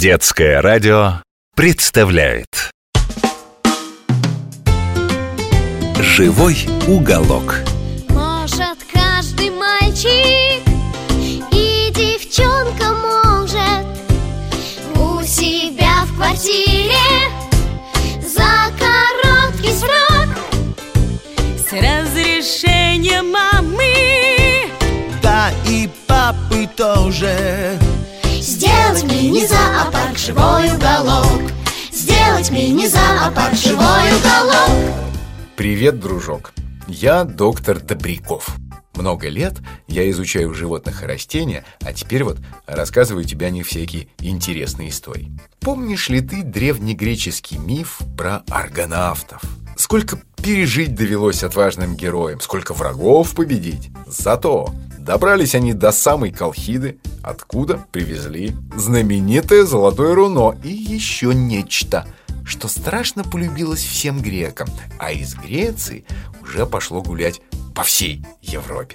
Детское радио представляет «Живой уголок». Может каждый мальчик и девчонка может у себя в квартире за короткий срок с разрешения мамы, да и папы тоже сделать мини-зоопарк, живой уголок. Сделать мини-зоопарк, живой уголок. Привет, дружок! Я доктор Добряков. Много лет я изучаю животных и растения, а теперь вот рассказываю тебе о них всякие интересные истории. Помнишь ли ты древнегреческий миф про аргонавтов? Сколько пережить довелось отважным героям, сколько врагов победить. Зато добрались они до самой Колхиды, откуда привезли знаменитое золотое руно и еще нечто, что страшно полюбилось всем грекам, а из Греции уже пошло гулять по всей Европе.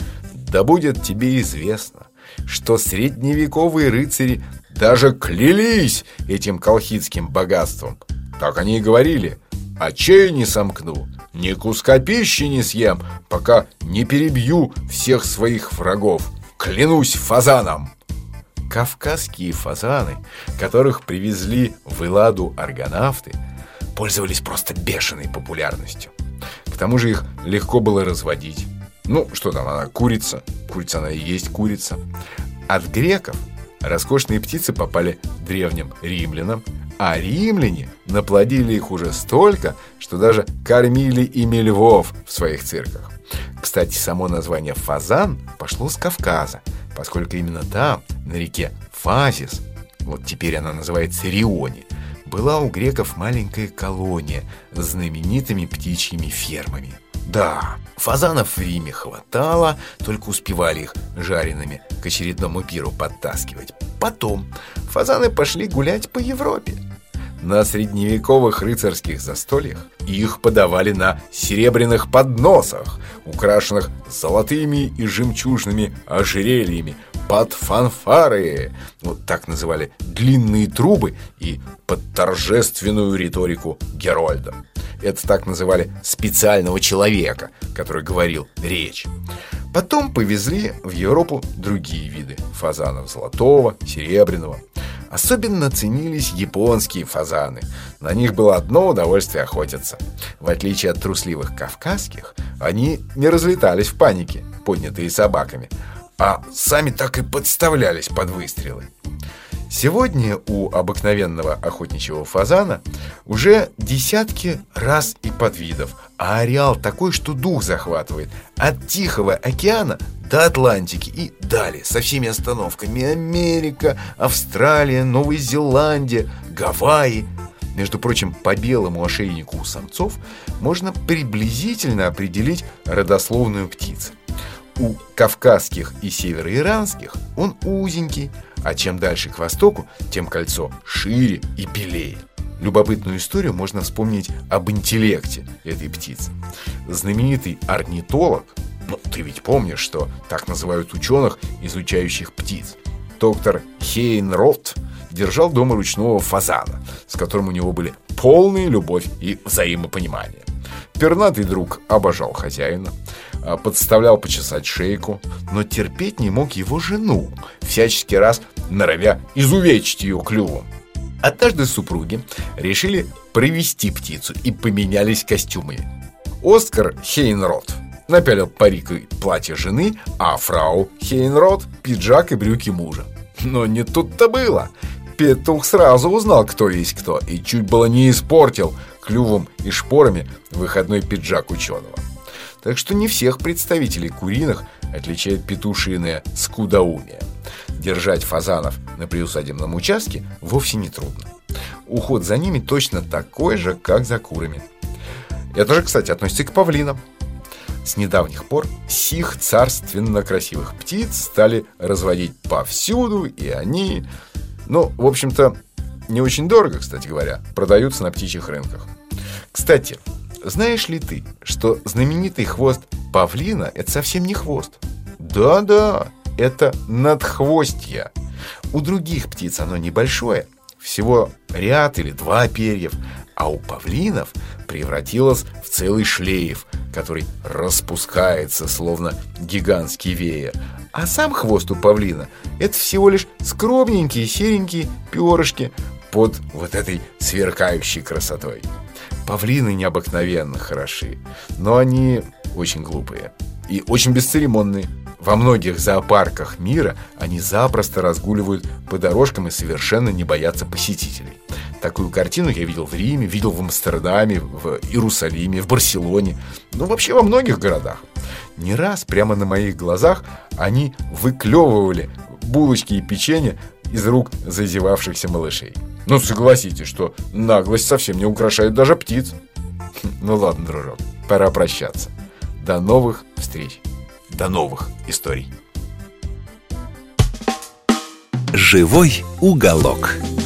Да будет тебе известно, что средневековые рыцари даже клялись этим колхидским богатством. Так они и говорили: очей не сомкну, ни куска пищи не съем, пока не перебью всех своих врагов. Клянусь фазаном. Кавказские фазаны, которых привезли в Элладу аргонавты, пользовались просто бешеной популярностью. К тому же их легко было разводить. Ну, что там, она курица. Курица, она и есть курица. От греков роскошные птицы попали древним римлянам, а римляне наплодили их уже столько, что даже кормили ими львов в своих цирках. Кстати, само название фазан пошло с Кавказа, поскольку именно там, на реке Фазис, вот теперь она называется Риони, была у греков маленькая колония с знаменитыми птичьими фермами. Да, фазанов в Риме хватало, только успевали их жареными к очередному пиру подтаскивать. Потом фазаны пошли гулять по Европе. На средневековых рыцарских застольях их подавали на серебряных подносах, украшенных золотыми и жемчужными ожерельями, под фанфары. Вот так называли длинные трубы и под торжественную риторику Герольда. Это так называли специального человека, который говорил речь. Потом повезли в Европу другие виды фазанов: золотого, серебряного. Особенно ценились японские фазаны. На них было одно удовольствие охотиться. В отличие от трусливых кавказских, они не разлетались в панике, поднятые собаками, а сами так и подставлялись под выстрелы. Сегодня у обыкновенного охотничьего фазана уже десятки рас и подвидов, а ареал такой, что дух захватывает. От Тихого океана до Атлантики и далее, со всеми остановками: Америка, Австралия, Новая Зеландия, Гавайи. Между прочим, по белому ошейнику у самцов можно приблизительно определить родословную птицы. У кавказских и североиранских он узенький, а чем дальше к востоку, тем кольцо шире и белее. Любопытную историю можно вспомнить об интеллекте этой птицы. Знаменитый орнитолог, ты ведь помнишь, что так называют ученых, изучающих птиц, доктор Хейнротт, держал дома ручного фазана, с которым у него были полная любовь и взаимопонимание. Пернатый друг обожал хозяина, подставлял почесать шейку, но терпеть не мог его жену, всячески раз норовя изувечить ее клювом. Однажды супруги решили провести птицу и поменялись костюмами. Оскар Хейнротт напялил парик и платье жены, а фрау Хейнротт пиджак и брюки мужа. Но не тут-то было. Петух сразу узнал, кто есть кто, и чуть было не испортил клювом и шпорами выходной пиджак ученого. Так что не всех представителей куриных отличает петушиное скудоумие. Держать фазанов на приусадебном участке вовсе не трудно. Уход за ними точно такой же, как за курами. Это же, кстати, относится и к павлинам. С недавних пор сих царственно красивых птиц стали разводить повсюду, и они, в общем-то, не очень дорого, кстати говоря, продаются на птичьих рынках. Кстати, знаешь ли ты, что знаменитый хвост павлина – это совсем не хвост? Да-да, это надхвостья. У других птиц оно небольшое, всего ряд или 2 перьев, а у павлинов превратилось в целый шлейф, который распускается, словно гигантский веер. А сам хвост у павлина – это всего лишь скромненькие серенькие перышки под вот этой сверкающей красотой. Павлины необыкновенно хороши, но они очень глупые и очень бесцеремонные. Во многих зоопарках мира они запросто разгуливают по дорожкам и совершенно не боятся посетителей. Такую картину я видел в Риме, видел в Амстердаме, в Иерусалиме, в Барселоне, вообще во многих городах. Не раз прямо на моих глазах они выклевывали булочки и печенье из рук зазевавшихся малышей. Согласитесь, что наглость совсем не украшает даже птиц. Ладно, дружок, пора прощаться. До новых встреч. До новых историй. Живой уголок.